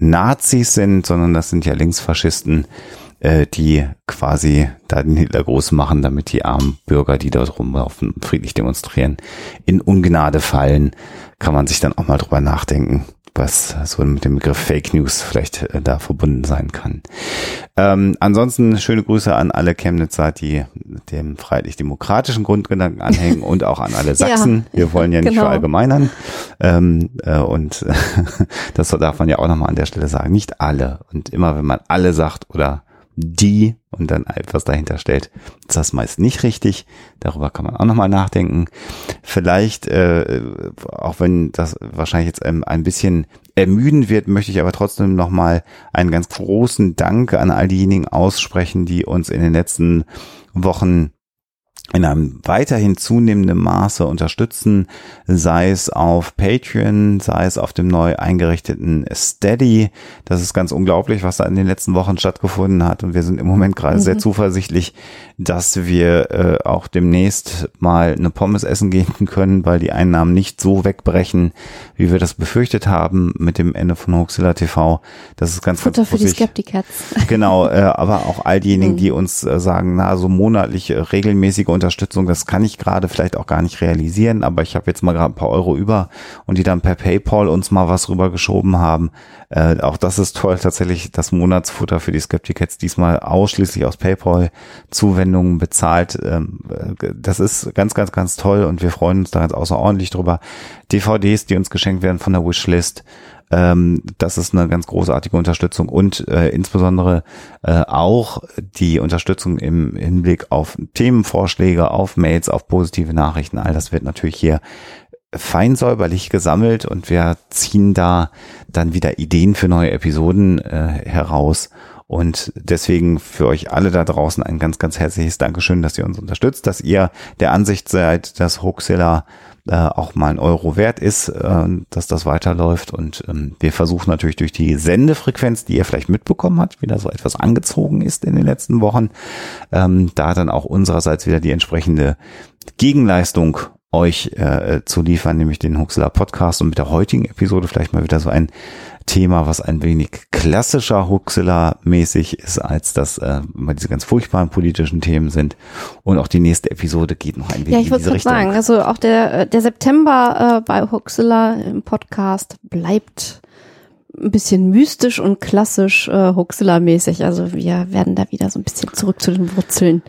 Nazis sind, sondern das sind ja Linksfaschisten, äh, die quasi da den Hitler groß machen, damit die armen Bürger, die dort rumlaufen, friedlich demonstrieren, in Ungnade fallen. Kann man sich dann auch mal drüber nachdenken, was so mit dem Begriff Fake News vielleicht äh, da verbunden sein kann. Ähm, ansonsten schöne Grüße an alle Chemnitzer, die dem freiheitlich-demokratischen Grundgedanken anhängen und auch an alle Sachsen. Ja, wir wollen ja nicht genau verallgemeinern. Ähm, äh, und äh, das darf man ja auch nochmal an der Stelle sagen. Nicht alle. Und immer wenn man alle sagt oder die und dann etwas dahinter stellt, ist das meist nicht richtig. Darüber kann man auch nochmal nachdenken. Vielleicht, äh, auch wenn das wahrscheinlich jetzt ähm, ein bisschen ermüden wird, möchte ich aber trotzdem nochmal einen ganz großen Dank an all diejenigen aussprechen, die uns in den letzten Wochen in einem weiterhin zunehmenden Maße unterstützen, sei es auf Patreon, sei es auf dem neu eingerichteten Steady. Das ist ganz unglaublich, was da in den letzten Wochen stattgefunden hat, und wir sind im Moment gerade mhm. sehr zuversichtlich, dass wir äh, auch demnächst mal eine Pommes essen gehen können, weil die Einnahmen nicht so wegbrechen, wie wir das befürchtet haben mit dem Ende von Hoaxilla T V. Das ist ganz, Futter ganz für die Skeptiker. Genau, äh, aber auch all diejenigen, mhm. die uns äh, sagen, na, so monatlich äh, regelmäßige Unterstützung, das kann ich gerade vielleicht auch gar nicht realisieren, aber ich habe jetzt mal gerade ein paar Euro über, und die dann per PayPal uns mal was rübergeschoben haben. Äh, auch das ist toll, tatsächlich das Monatsfutter für die Skepticats diesmal ausschließlich aus PayPal-Zuwendungen bezahlt. Ähm, äh, das ist ganz, ganz, ganz toll, und wir freuen uns da ganz außerordentlich drüber. D V Ds, die uns geschenkt werden von der Wishlist, Ähm, das ist eine ganz großartige Unterstützung, und äh, insbesondere äh, auch die Unterstützung im Hinblick auf Themenvorschläge, auf Mails, auf positive Nachrichten. All das wird natürlich hier fein säuberlich gesammelt, und wir ziehen da dann wieder Ideen für neue Episoden äh, heraus. Und deswegen für euch alle da draußen ein ganz, ganz herzliches Dankeschön, dass ihr uns unterstützt, dass ihr der Ansicht seid, dass Hoaxilla äh, auch mal ein Euro wert ist, äh, dass das weiterläuft. Und ähm, wir versuchen natürlich durch die Sendefrequenz, die ihr vielleicht mitbekommen habt, wieder so etwas angezogen ist in den letzten Wochen, ähm, da dann auch unsererseits wieder die entsprechende Gegenleistung euch äh, zu liefern, nämlich den Hoaxilla Podcast, und mit der heutigen Episode vielleicht mal wieder so ein Thema, was ein wenig klassischer Hoaxilla-mäßig ist, als das äh, immer diese ganz furchtbaren politischen Themen sind. Und auch die nächste Episode geht noch ein wenig ja, ich in diese Richtung. Sagen, also auch der der September äh, bei Hoaxilla im Podcast bleibt ein bisschen mystisch und klassisch äh, Hoaxilla-mäßig. Also wir werden da wieder so ein bisschen zurück zu den Wurzeln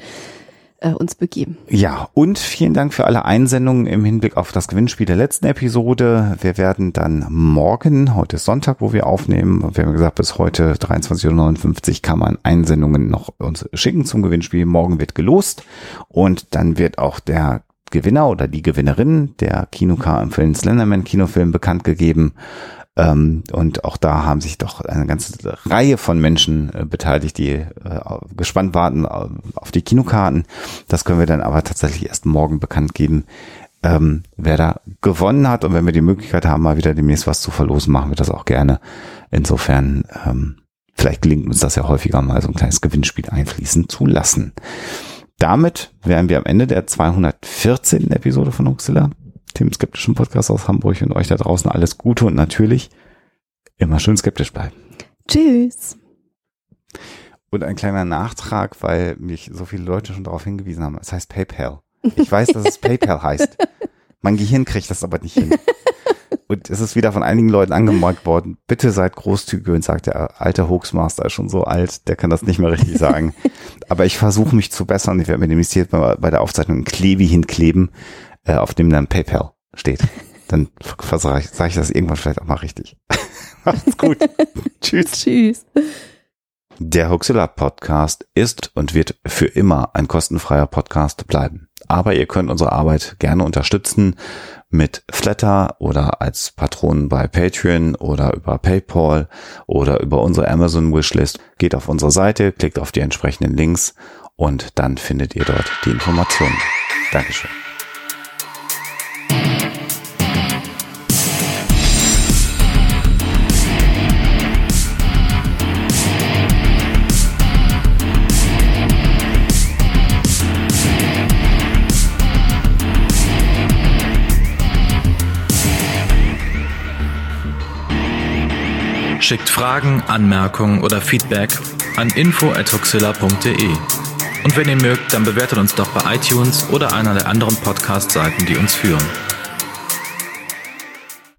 uns begeben. Ja, und vielen Dank für alle Einsendungen im Hinblick auf das Gewinnspiel der letzten Episode. Wir werden dann morgen, heute ist Sonntag, wo wir aufnehmen, wir haben gesagt, bis heute dreiundzwanzig Uhr neunundfünfzig kann man Einsendungen noch uns schicken zum Gewinnspiel. Morgen wird gelost, und dann wird auch der Gewinner oder die Gewinnerin der Kinokarten für den Slenderman-Kinofilm bekannt gegeben. Ähm, und auch da haben sich doch eine ganze Reihe von Menschen äh, beteiligt, die äh, gespannt warten äh, auf die Kinokarten. Das können wir dann aber tatsächlich erst morgen bekannt geben, ähm, wer da gewonnen hat. Und wenn wir die Möglichkeit haben, mal wieder demnächst was zu verlosen, machen wir das auch gerne. Insofern, ähm, vielleicht gelingt uns das ja häufiger mal, so ein kleines Gewinnspiel einfließen zu lassen. Damit wären wir am Ende der zweihundertvierzehnten Episode von Hoaxilla, dem skeptischen Podcast aus Hamburg, und euch da draußen alles Gute und natürlich immer schön skeptisch bleiben. Tschüss. Und ein kleiner Nachtrag, weil mich so viele Leute schon darauf hingewiesen haben. Es heißt PayPal. Ich weiß, dass es PayPal heißt. Mein Gehirn kriegt das aber nicht hin. Und es ist wieder von einigen Leuten angemerkt worden, bitte seid großzügig, und sagt, der alte Hoaxmaster ist schon so alt, der kann das nicht mehr richtig sagen. Aber ich versuche mich zu bessern. Ich werde mir demnächst hier bei, bei der Aufzeichnung ein Klebi hinkleben, äh, auf dem dann PayPal steht. Dann sage ich, sag ich das irgendwann vielleicht auch mal richtig. Macht's gut. Tschüss. Tschüss. Der Hoaxilla Podcast ist und wird für immer ein kostenfreier Podcast bleiben. Aber ihr könnt unsere Arbeit gerne unterstützen mit Flatter oder als Patronen bei Patreon oder über PayPal oder über unsere Amazon Wishlist. Geht auf unsere Seite, klickt auf die entsprechenden Links und dann findet ihr dort die Informationen. Dankeschön. Schickt Fragen, Anmerkungen oder Feedback an info at huxilla punkt de. Und wenn ihr mögt, dann bewertet uns doch bei iTunes oder einer der anderen Podcast-Seiten, die uns führen.